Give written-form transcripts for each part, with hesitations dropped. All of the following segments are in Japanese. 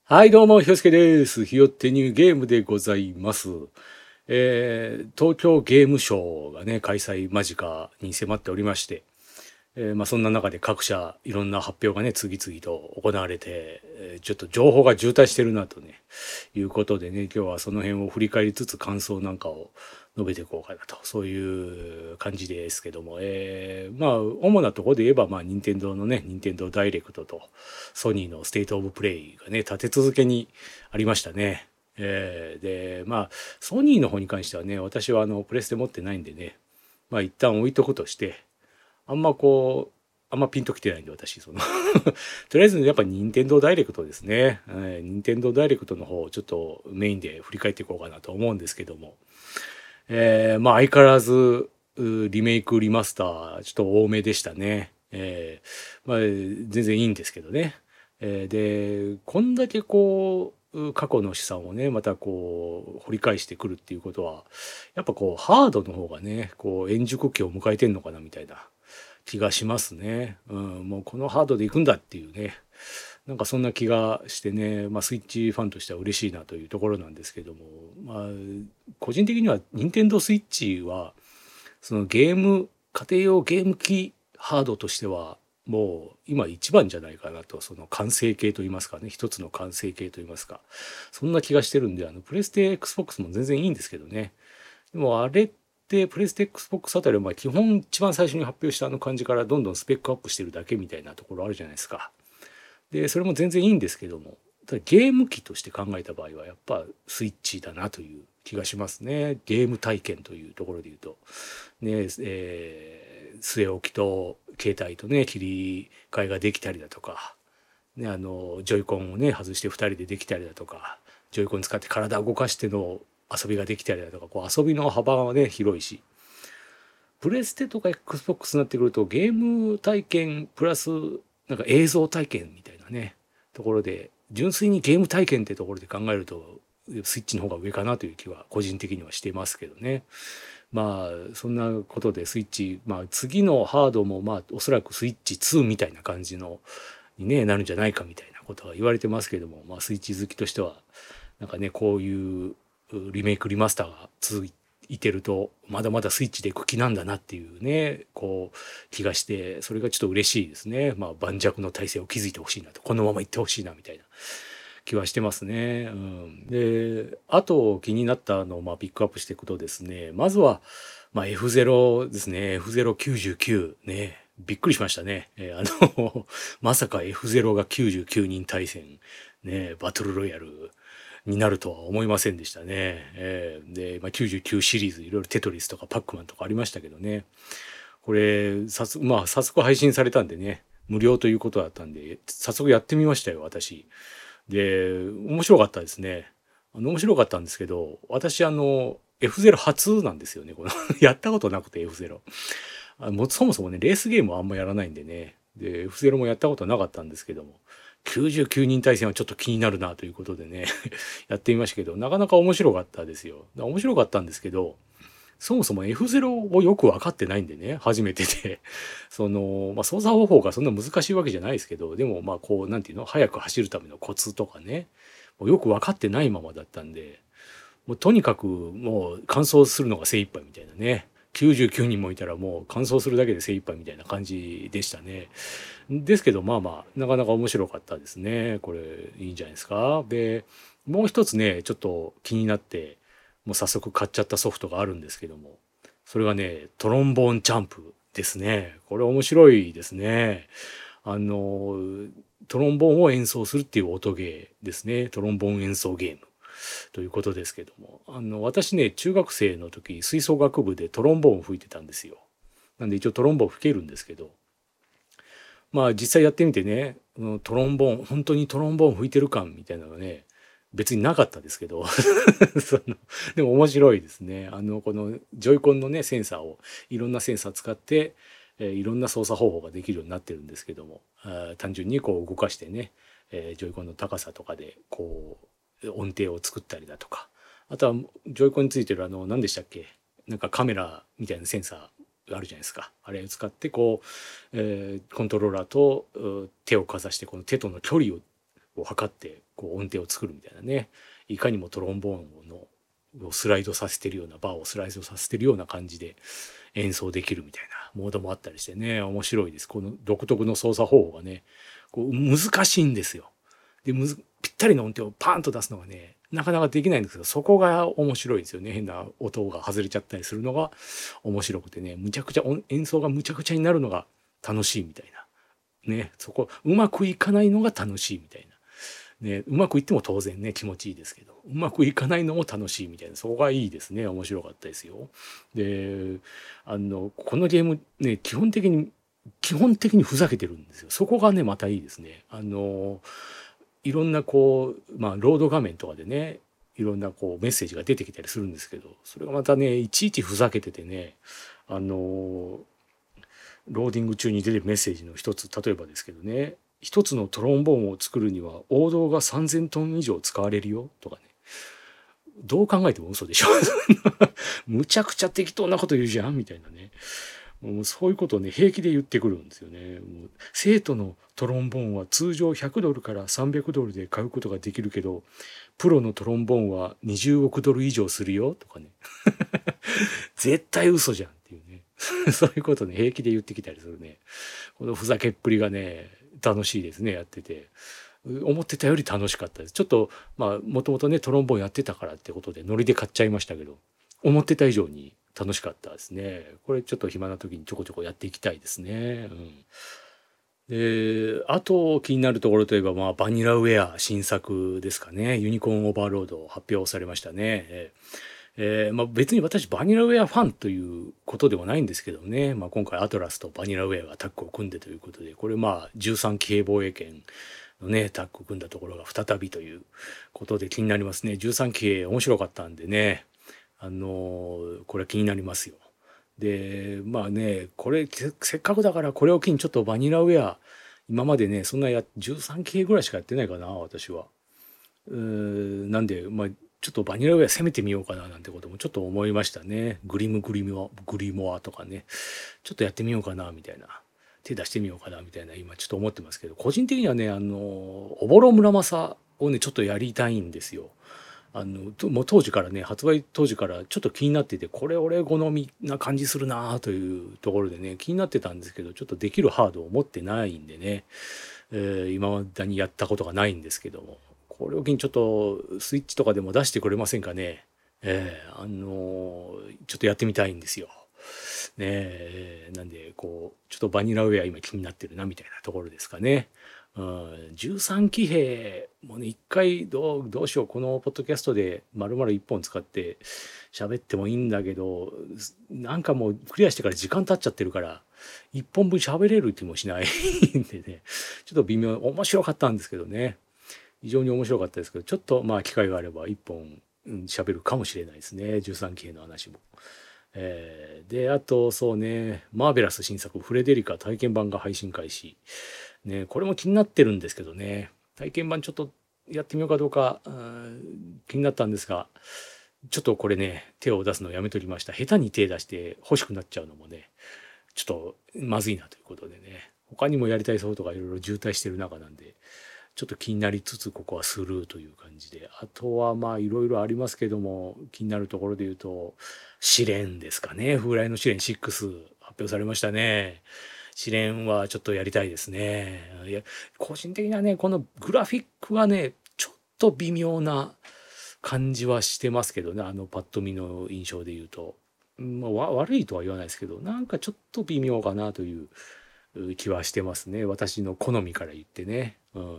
はいどうも、ひよすけです。ひよってニューゲームでございます。東京ゲームショウがね、開催間近に迫っておりまして、そんな中で各社いろんな発表がね、次々と行われて、ちょっと情報が渋滞してるなとね、いうことでね、今日はその辺を振り返りつつ感想なんかを述べていこうかなと、そういう感じですけども、主なところで言えば、任天堂のね、任天堂ダイレクトと、ソニーのステートオブプレイがね、立て続けにありましたね。ソニーの方に関してはね、私はプレステ持ってないんでね、一旦置いとくとして、あんまピンときてないんで私とりあえずやっぱ任天堂ダイレクトですね。任天堂ダイレクトの方をちょっとメインで振り返っていこうかなと思うんですけども、相変わらずリメイクリマスターちょっと多めでしたね。全然いいんですけどね。でこんだけ過去の資産をねまた掘り返してくるっていうことはやっぱハードの方がね円熟期を迎えてんのかなみたいな気がしますね。もうこのハードでいくんだっていうね、なんかそんな気がしてね、スイッチファンとしては嬉しいなというところなんですけども、個人的には任天堂スイッチはその家庭用ゲーム機ハードとしてはもう今一番じゃないかなと、その完成形といいますかね、一つの完成形といいますか、そんな気がしてるんで、プレステ XBOX も全然いいんですけどね。でもあれってプレステ XBOX あたりは基本一番最初に発表したあの感じからどんどんスペックアップしてるだけみたいなところあるじゃないですか。でそれも全然いいんですけども、ただゲーム機として考えた場合はやっぱスイッチだなという気がしますね。ゲーム体験というところで言うとね、据え置きと携帯とね切り替えができたりだとか、ね、ジョイコンをね外して2人でできたりだとか、ジョイコン使って体を動かしての遊びができたりだとか、遊びの幅がね広いし、プレステとか XBOX になってくるとゲーム体験プラスなんか映像体験みたいなねところで、純粋にゲーム体験ってところで考えるとスイッチの方が上かなという気は個人的にはしてますけどね。そんなことでスイッチ、次のハードもおそらくスイッチ2みたいな感じのに、ね、なるんじゃないかみたいなことは言われてますけども、スイッチ好きとしてはなんかねこういうリメイクリマスターが続いてるとまだまだスイッチでいく気なんだなっていうね気がして、それがちょっと嬉しいですね。盤石の体制を築いてほしいなと、このままいってほしいなみたいな気はしてますね。であと気になったのをピックアップしていくとですね、まずは、F0 ですね。 F099 ね、びっくりしましたね。まさか F0 が99人対戦ねバトルロイヤルになるとは思いませんでしたね。99シリーズいろいろテトリスとかパックマンとかありましたけどね、これ早速配信されたんでね、無料ということだったんで早速やってみましたよ私。で面白かったですね。面白かったんですけど、私F0 初なんですよねこのやったことなくて F0、もうそもそもねレースゲームはあんまやらないんでね、で F0 もやったことなかったんですけども、99人対戦はちょっと気になるなということでねやってみましたけど、なかなか面白かったですよ。面白かったんですけど、そもそも F0 をよく分かってないんでね、初めてで操作方法がそんな難しいわけじゃないですけど、でもなんていうの、速く走るためのコツとかね、もうよく分かってないままだったんで、もうとにかくもう完走するのが精一杯みたいなね、99人もいたらもう完走するだけで精一杯みたいな感じでしたね。ですけどなかなか面白かったですね。これいいんじゃないですか。でもう一つねちょっと気になってもう早速買っちゃったソフトがあるんですけども、それがねトロンボーンジャンプですね。これ面白いですね。あのトロンボーンを演奏するっていう音ゲーですね。トロンボーン演奏ゲームということですけども、私ね中学生の時吹奏楽部でトロンボーンを吹いてたんですよ。なんで一応トロンボーン吹けるんですけど、実際やってみてね、トロンボーン本当にトロンボーン吹いてる感みたいなのがね別になかったですけどでも面白いですね。このジョイコンのねセンサーをいろんなセンサー使って、いろんな操作方法ができるようになってるんですけども、単純に動かしてね、ジョイコンの高さとかで音程を作ったりだとか、あとはジョイコンについてる何でしたっけ、なんかカメラみたいなセンサーがあるじゃないですか。あれを使ってコントローラーと手をかざしてこの手との距離をこう測ってこう音程を作るみたいなね、いかにもトロンボーンをスライドさせてるような、バーをスライドさせてるような感じで演奏できるみたいなモードもあったりしてね、面白いです。この独特の操作方法がね、こう難しいんですよ。でぴったりの音程をパーンと出すのがね、なかなかできないんですけど、そこが面白いですよね。変な音が外れちゃったりするのが面白くてね、むちゃくちゃ演奏がむちゃくちゃになるのが楽しいみたいな。ね、そこうまくいかないのが楽しいみたいな。ね、うまくいっても当然ね気持ちいいですけど、うまくいかないのも楽しいみたいな、そこがいいですね。面白かったですよ。で、このゲームね、基本的にふざけてるんですよ。そこがねまたいいですね。いろんなこうロード画面とかでね、いろんなこうメッセージが出てきたりするんですけど、それがまたねいちいちふざけててね、ローディング中に出てるメッセージの一つ、例えばですけどね、一つのトロンボーンを作るには王道が3,000トン以上使われるよとかね、どう考えても嘘でしょむちゃくちゃ適当なこと言うじゃんみたいなね、もうそういうことをね平気で言ってくるんですよね。もう生徒のトロンボーンは通常100ドルから300ドルで買うことができるけど、プロのトロンボーンは20億ドル以上するよとかね絶対嘘じゃんっていうねそういうことね平気で言ってきたりするね。このふざけっぷりがね楽しいですね、やってて。思ってたより楽しかったです。ちょっともともとねトロンボーンやってたからってことでノリで買っちゃいましたけど、思ってた以上に楽しかったですね。これちょっと暇な時にちょこちょこやっていきたいですね。で、あと気になるところといえば、バニラウェア新作ですかね。ユニコーンオーバーロード発表されましたね。別に私バニラウェアファンということではないんですけどね、今回アトラスとバニラウェアがタッグを組んでということで、これ13騎兵防衛権のねタッグを組んだところが再びということで気になりますね。13騎兵面白かったんでね、これは気になりますよ。でこれせっかくだからこれを機にちょっとバニラウェア、今までねそんな13期ぐらいしかやってないかな私は。なんでちょっとバニラウェア攻めてみようかななんてこともちょっと思いましたね。グリモアとかね、ちょっとやってみようかなみたいな、手出してみようかなみたいな今ちょっと思ってますけど、個人的にはねおぼろ村正をねちょっとやりたいんですよ。もう当時からね、発売当時からちょっと気になってて、これ俺好みな感じするなというところでね気になってたんですけど、ちょっとできるハードを持ってないんでね、今までにやったことがないんですけども、これを機にちょっとスイッチとかでも出してくれませんかね。ちょっとやってみたいんですよ。なんでちょっとバニラウェア今気になってるなみたいなところですかね。13騎兵もね一回どうしよう、このポッドキャストで丸々1本使って喋ってもいいんだけど、なんかもうクリアしてから時間経っちゃってるから1本分喋れる気もしないんでね、ちょっと微妙。面白かったんですけどね、非常に面白かったですけど、ちょっと機会があれば1本喋るかもしれないですね、13騎兵の話も。であとそうね、マーベラス新作フレデリカ体験版が配信開始ね、これも気になってるんですけどね、体験版ちょっとやってみようかどうか気になったんですが、ちょっとこれね手を出すのをやめときました。下手に手出して欲しくなっちゃうのもねちょっとまずいなということでね、他にもやりたいそうとかいろいろ渋滞してる中なんで、ちょっと気になりつつここはスルーという感じで、あとはいろいろありますけども、気になるところで言うと試練ですかね。風来の試練6発表されましたね。試練はちょっとやりたいですね。いや個人的にはねこのグラフィックはねちょっと微妙な感じはしてますけどね、パッと見の印象で言うと、悪いとは言わないですけど、なんかちょっと微妙かなという気はしてますね、私の好みから言ってね。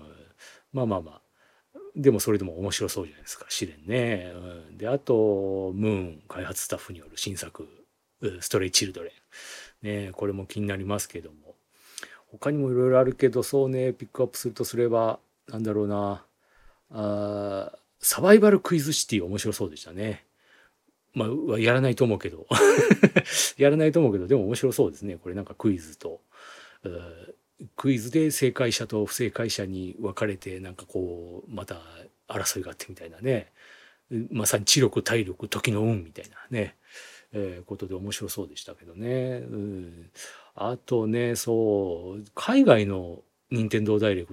でもそれでも面白そうじゃないですか試練ね。であとムーン開発スタッフによる新作ストレイチルドレンね、これも気になりますけども、他にもいろいろあるけど、そうねピックアップするとすればなんだろうな、サバイバルクイズシティ面白そうでしたね。やらないと思うけどやらないと思うけどでも面白そうですね。これなんかクイズとクイズで正解者と不正解者に分かれてなんかまた争いがあってみたいなね、まさに知力体力時の運みたいなね、ことで面白そうでしたけどね。あとねそう海外の任天堂ダイレクトで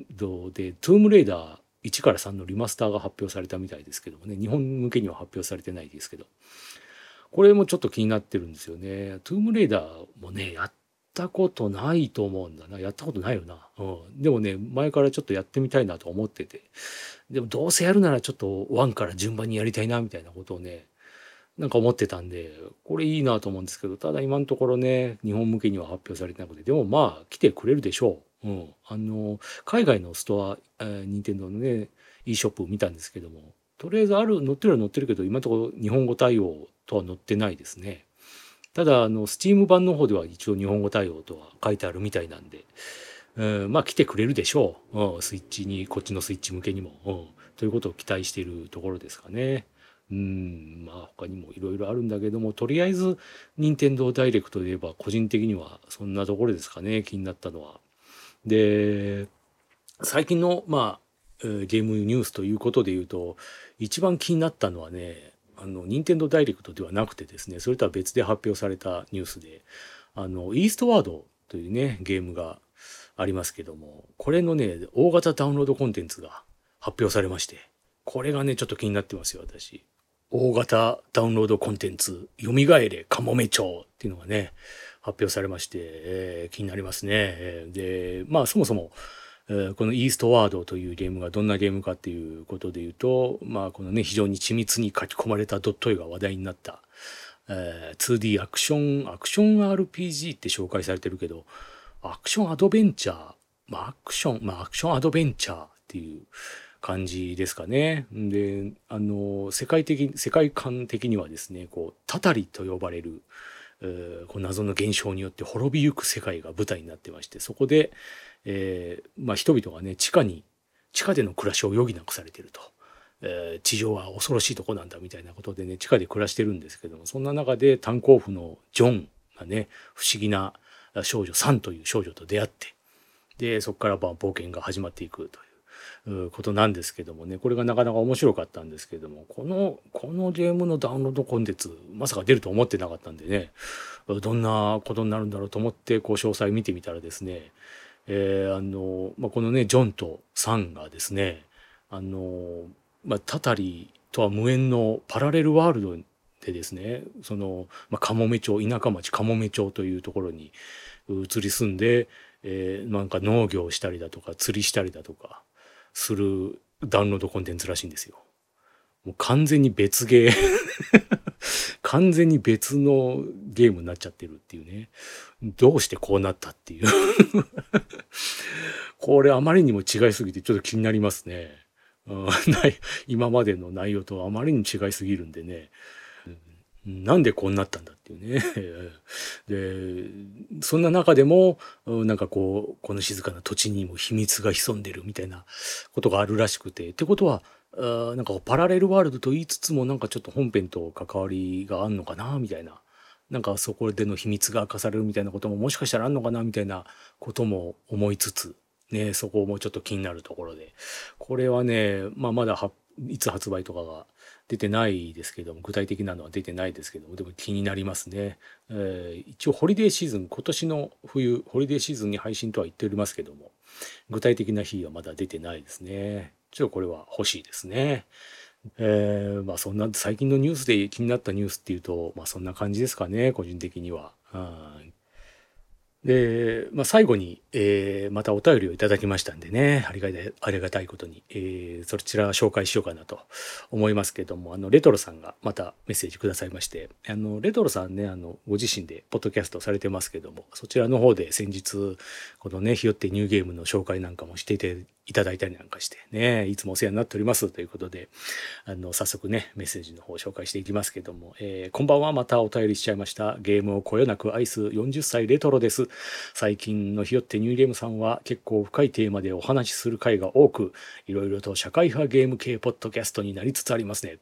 ドでトゥームレイダー1から3のリマスターが発表されたみたいですけどもね、日本向けには発表されてないですけど、これもちょっと気になってるんですよね。トゥームレイダーもね、やったことないと思うんだな。やったことないよな。でもね、前からちょっとやってみたいなと思ってて。でもどうせやるならちょっと1から順番にやりたいなみたいなことをね、なんか思ってたんで、これいいなと思うんですけど、ただ今のところね、日本向けには発表されてなくて、でもまあ来てくれるでしょう。海外のストア、任天堂のね、e ショップ見たんですけども、とりあえず載ってるは載ってるけど、今のところ日本語対応とは載ってないですね。ただ、Steam 版の方では一応日本語対応とは書いてあるみたいなんで、まあ来てくれるでしょう。スイッチに、こっちのスイッチ向けにも。ということを期待しているところですかね。まあ他にもいろいろあるんだけども、とりあえず任天堂ダイレクトで言えば個人的にはそんなところですかね、気になったのは。で、最近の、まあ、ゲームニュースということで言うと、一番気になったのはね、任天堂ダイレクトではなくてですね、それとは別で発表されたニュースで、イーストワードというね、ゲームがありますけども、これのね、大型ダウンロードコンテンツが発表されまして、これがね、ちょっと気になってますよ、私。大型ダウンロードコンテンツ、よみがえれかもめ町っていうのがね、発表されまして、気になりますね。で、まあそもそも、このイーストワードというゲームがどんなゲームかっていうことで言うと、まあこのね、非常に緻密に書き込まれたドット絵が話題になった、2D アクション RPG って紹介されてるけど、アクションアドベンチャー、アクションアドベンチャーっていう感じですかね。で、世界観的にはですね、こう、タタリと呼ばれる、こう謎の現象によって滅びゆく世界が舞台になってまして、そこで、まあ人々がね、地下での暮らしを余儀なくされていると。地上は恐ろしいとこなんだみたいなことでね、地下で暮らしてるんですけども、そんな中で炭鉱夫のジョンがね、不思議な少女サンという少女と出会って、で、そこから冒険が始まっていくということなんですけどもね、これがなかなか面白かったんですけども、このゲームのダウンロードコンテンツ、まさか出ると思ってなかったんでね、どんなことになるんだろうと思って、こう詳細見てみたらですね、このね、ジョンとサンがですね、タタリとは無縁のパラレルワールドでですね、カモメ町、田舎町カモメ町というところに移り住んで、なんか農業をしたりだとか釣りしたりだとかするダウンロードコンテンツらしいんですよ。もう完全に別ゲー完全に別のゲームになっちゃってるっていうね。どうしてこうなったっていうこれあまりにも違いすぎてちょっと気になりますね。今までの内容とあまりに違いすぎるんでね。なんでこうなったんだっていうね。で、そんな中でも、なんかこの静かな土地にも秘密が潜んでるみたいなことがあるらしくて。ってことは、なんかパラレルワールドと言いつつもなんかちょっと本編と関わりがあんのかなみたいな。なんかそこでの秘密が明かされるみたいなことももしかしたらあんのかなみたいなことも思いつつ、ね、そこもちょっと気になるところで。これはね、まだいつ発売とかが出てないですけども、具体的なのは出てないですけども、でも気になりますね。一応ホリデーシーズン、今年の冬、ホリデーシーズンに配信とは言っておりますけども、具体的な日はまだ出てないですね。ちょっとこれは欲しいですね。そんな最近のニュースで気になったニュースっていうと、そんな感じですかね、個人的には。で、最後に、またお便りをいただきましたんでね、ありがたいことに、そちら紹介しようかなと思いますけども、レトロさんがまたメッセージくださいまして、レトロさんね、ご自身でポッドキャストされてますけども、そちらの方で先日、このね、ひよってニューゲームの紹介なんかもしていただいたりなんかして、ね、いつもお世話になっておりますということで、早速ね、メッセージの方を紹介していきますけども、こんばんは、またお便りしちゃいました。ゲームをこよなく愛す40歳レトロです。最近のひよってニューゲームさんは結構深いテーマでお話しする回が多く、いろいろと社会派ゲーム系ポッドキャストになりつつありますね。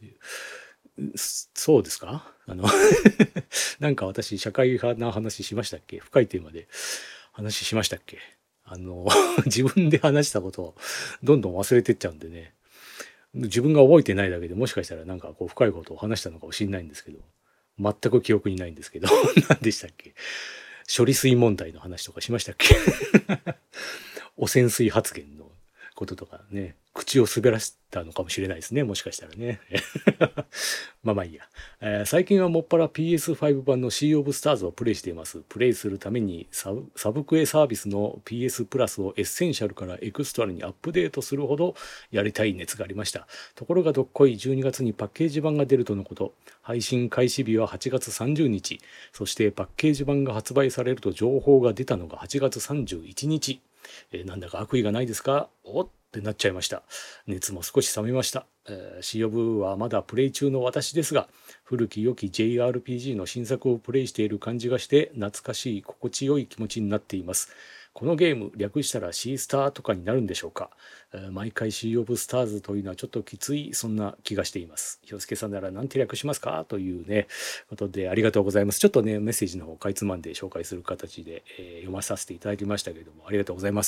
そうですかなんか私、社会派な話しましたっけ？深いテーマで話しましたっけ？自分で話したことをどんどん忘れてっちゃうんでね。自分が覚えてないだけでもしかしたらなんかこう深いことを話したのかもしれないんですけど、全く記憶にないんですけど、何でしたっけ？処理水問題の話とかしましたっけ汚染水発言のこととかね、口を滑らせたのかもしれないですね。もしかしたらね。まあまあいいや。最近はもっぱら PS5 版の Sea of Stars をプレイしています。プレイするためにサブクエサービスの PS プラスをエッセンシャルからエクストラにアップデートするほどやりたい熱がありました。ところがどっこい12月にパッケージ版が出るとのこと。配信開始日は8月30日。そしてパッケージ版が発売されると情報が出たのが8月31日。なんだか悪意がないですか？おってなっちゃいました。熱も少し冷めました。シーオブはまだプレイ中の私ですが、古き良き JRPG の新作をプレイしている感じがして懐かしい心地よい気持ちになっています。このゲーム略したらシースターとかになるんでしょうか。毎回シーオブスターズというのはちょっときつい、そんな気がしています。ひよすけさんなら何て略しますかというねことで、ありがとうございます。ちょっとねメッセージの方かいつまんで紹介する形で、読まさせていただきましたけれども、ありがとうございます。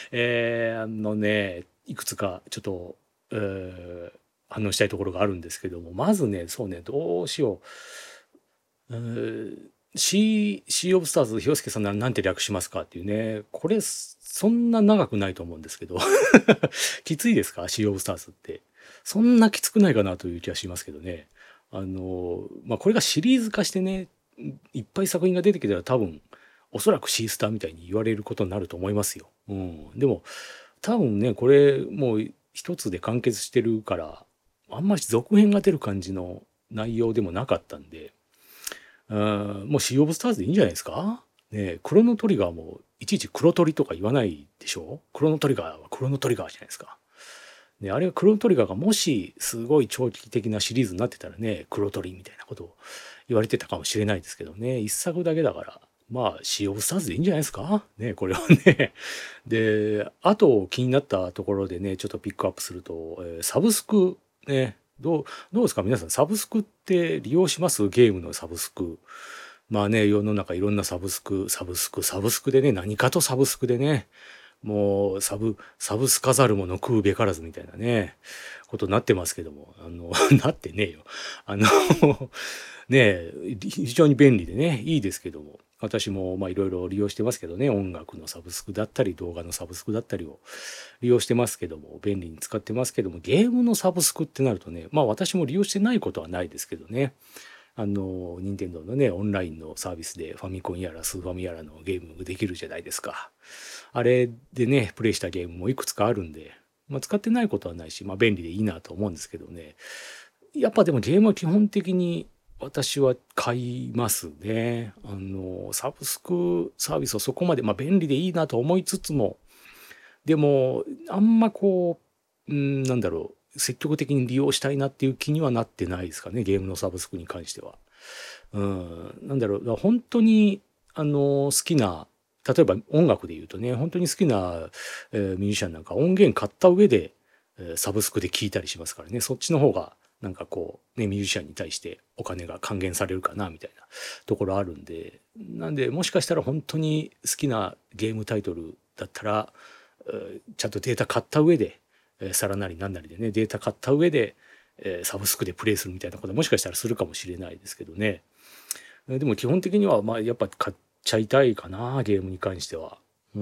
いくつかちょっと、反応したいところがあるんですけども、まずね、そうね、どうしよう。シーオブスターズ、ひよすけさんなら何て略しますかっていうね、これ、そんな長くないと思うんですけど、きついですかシーオブスターズって。そんなきつくないかなという気がしますけどね。これがシリーズ化してね、いっぱい作品が出てきたら多分、おそらくシースターみたいに言われることになると思いますよ。うん。でも、多分ね、これもう一つで完結してるから、あんまり続編が出る感じの内容でもなかったんで、もうシー・オブ・スターズでいいんじゃないですかね。クロノトリガーもいちいち黒鳥とか言わないでしょ。クロノトリガーはクロノトリガーじゃないですか。ね、あれがクロノトリガーがもしすごい長期的なシリーズになってたらね、黒鳥みたいなことを言われてたかもしれないですけどね、一作だけだから、まあ、シー・オブ・スターズでいいんじゃないですかね、これはね。で、あと気になったところでね、ちょっとピックアップすると、サブスクね、どうですか皆さん、サブスクって利用します？ゲームのサブスク。まあね、世の中いろんなサブスクでね、何かとサブスクでね、もうサブスかざる者食うべからずみたいなね、ことになってますけども、なってねえよ。あのね、非常に便利でね、いいですけども、私もまあいろいろ利用してますけどね、音楽のサブスクだったり、動画のサブスクだったりを利用してますけども、便利に使ってますけども、ゲームのサブスクってなるとね、まあ私も利用してないことはないですけどね、任天堂のね、オンラインのサービスでファミコンやらスーファミやらのゲームができるじゃないですか。あれでね、プレイしたゲームもいくつかあるんで、まあ使ってないことはないし、まあ便利でいいなと思うんですけどね。やっぱでもゲームは基本的に私は買いますね。サブスクサービスをそこまで、まあ便利でいいなと思いつつも、でも、あんまこう、なんだろう、積極的に利用したいなっていう気にはなってないですかね、ゲームのサブスクに関しては。なんだろう、本当に、好きな、例えば音楽で言うとね、本当に好きな、ミュージシャンなんか音源買った上で、サブスクで聴いたりしますからね、そっちの方が、なんかこう、ね、ミュージシャンに対してお金が還元されるかな、みたいなところあるんで、なんで、もしかしたら本当に好きなゲームタイトルだったら、ちゃんとデータ買った上で、さらなりなんなりでね、データ買った上で、サブスクでプレイするみたいなことはもしかしたらするかもしれないですけどね。でも基本的には、まあやっぱ買っちゃいたいかな、ゲームに関しては。うん。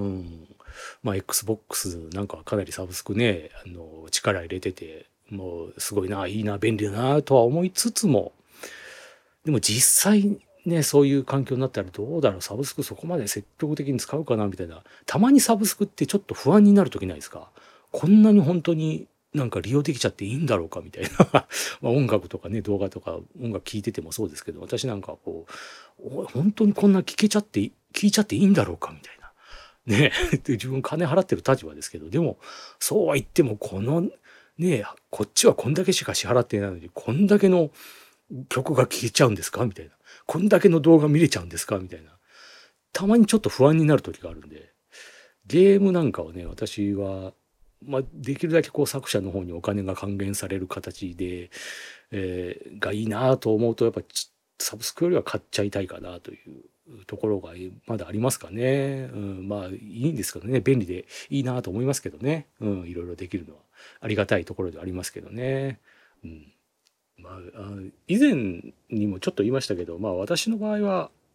まあ Xbox なんかはかなりサブスクね、力入れてて、もうすごいな、いいな、便利だなとは思いつつも、でも実際ね、そういう環境になったらどうだろう、サブスクそこまで積極的に使うかなみたいな。たまにサブスクってちょっと不安になる時ないですか？こんなに本当になんか利用できちゃっていいんだろうかみたいな。まあ音楽とかね、動画とか音楽聴いててもそうですけど、私なんかこう、本当にこんな聞いちゃっていいんだろうかみたいな。ねで自分金払ってる立場ですけど、でもそうは言ってもこのね、こっちはこんだけしか支払ってないのに、こんだけの曲が聴けちゃうんですかみたいな。こんだけの動画見れちゃうんですかみたいな。たまにちょっと不安になる時があるんで、ゲームなんかはね、私は、まあ、できるだけこう作者の方にお金が還元される形で、がいいなと思うと、やっぱサブスクよりは買っちゃいたいかなというところがまだありますかね。まあいいんですけどね、便利でいいなと思いますけどね。いろいろできるのはありがたいところではありますけどね。まあ、以前にもちょっと言いましたけど、まあ私の場合は、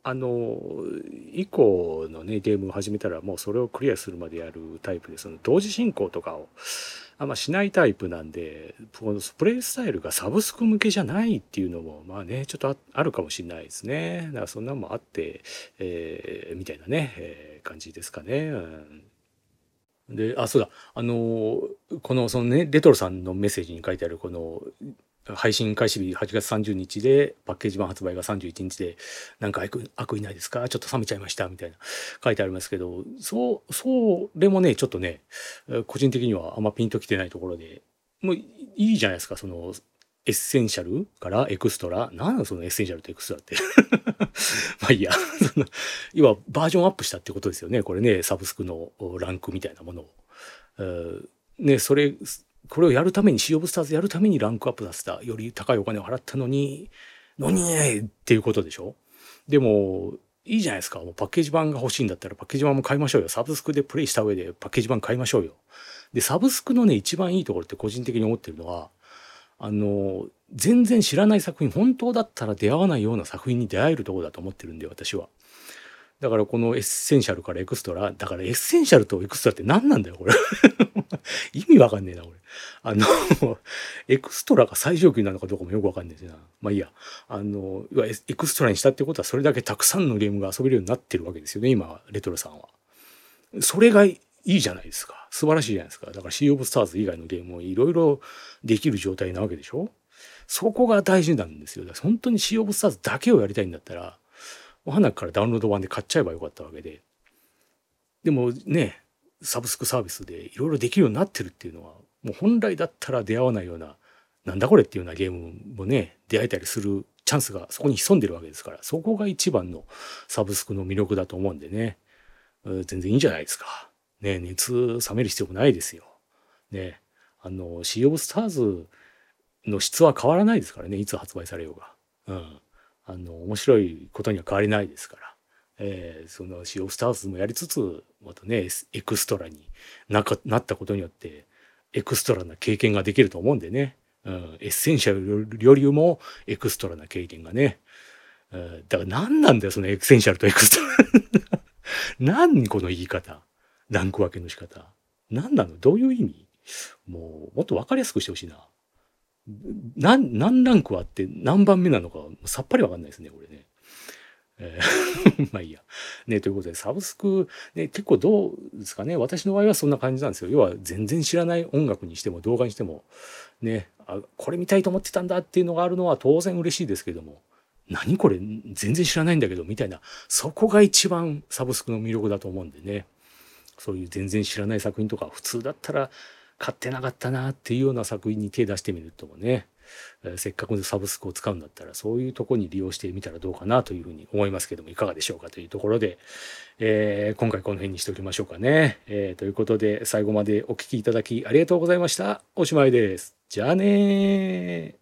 以降のねゲームを始めたらもうそれをクリアするまでやるタイプで、その同時進行とかをあんましないタイプなんで、このプレイスタイルがサブスク向けじゃないっていうのもまあねちょっとあるかもしれないですね。だからそんなのもあって、みたいなね、感じですかね。で、あ、そうだ、このそのねレトロさんのメッセージに書いてあるこの配信開始日8月30日でパッケージ版発売が31日で、なんか悪意ないですか、ちょっと冷めちゃいましたみたいな書いてありますけど、それもねちょっとね個人的にはあんまピンときてないところで、もういいじゃないですか。そのエッセンシャルからエクストラ、なんだそのエッセンシャルとエクストラってまあいいやその要はバージョンアップしたってことですよね、これね。サブスクのランクみたいなものを、ね、これをやるために、シー・オブ・スターズやるためにランクアップさせた、より高いお金を払ったのにねっていうことでしょ。でもいいじゃないですか。もうパッケージ版が欲しいんだったらパッケージ版も買いましょうよ。サブスクでプレイした上でパッケージ版買いましょうよ。でサブスクのね一番いいところって個人的に思ってるのは、全然知らない作品、本当だったら出会わないような作品に出会えるところだと思ってるんで、私は。だからこのエッセンシャルからエクストラ、だからエッセンシャルとエクストラって何なんだよこれ意味わかんねえな俺。エクストラが最上級なのかどうかもよくわかんないしな。まあいいや。要はエクストラにしたってことはそれだけたくさんのゲームが遊べるようになってるわけですよね、今レトロさんは。それがいいじゃないですか。素晴らしいじゃないですか。だからシー・オブ・スターズ以外のゲームもいろいろできる状態なわけでしょ。そこが大事なんですよ。だから本当にシー・オブ・スターズだけをやりたいんだったら、もう花からダウンロード版で買っちゃえばよかったわけで。でもね、サブスクサービスでいろいろできるようになってるっていうのは、もう本来だったら出会わないような、なんだこれっていうようなゲームもね、出会えたりするチャンスがそこに潜んでるわけですから、そこが一番のサブスクの魅力だと思うんでね、全然いいんじゃないですか。ね、熱冷める必要もないですよ。ね、シー・オブ・スターズの質は変わらないですからね、いつ発売されようが。うん。面白いことには変わりないですから。そのシー・オブ・スターズもやりつつ、またね、エクストラになったことによって、エクストラな経験ができると思うんでね。うん、エッセンシャルよりもエクストラな経験がね。だから何なんだよ、そのエッセンシャルとエクストラ。何この言い方。ランク分けの仕方。何なの、どういう意味。もう、もっと分かりやすくしてほしいな。何ランクあって何番目なのかさっぱり分かんないですね、これね。まあいいや。ね、ということで、サブスク、ね、結構どうですかね。私の場合はそんな感じなんですよ。要は全然知らない音楽にしても動画にしても、ね、これ見たいと思ってたんだっていうのがあるのは当然嬉しいですけども、何これ全然知らないんだけどみたいな、そこが一番サブスクの魅力だと思うんでね。そういう全然知らない作品とか、普通だったら買ってなかったなっていうような作品に手出してみるともね、せっかくサブスクを使うんだったらそういうとこに利用してみたらどうかなというふうに思いますけども、いかがでしょうかというところで、今回この辺にしておきましょうかね。ということで最後までお聞きいただきありがとうございました。おしまいです。じゃあねー。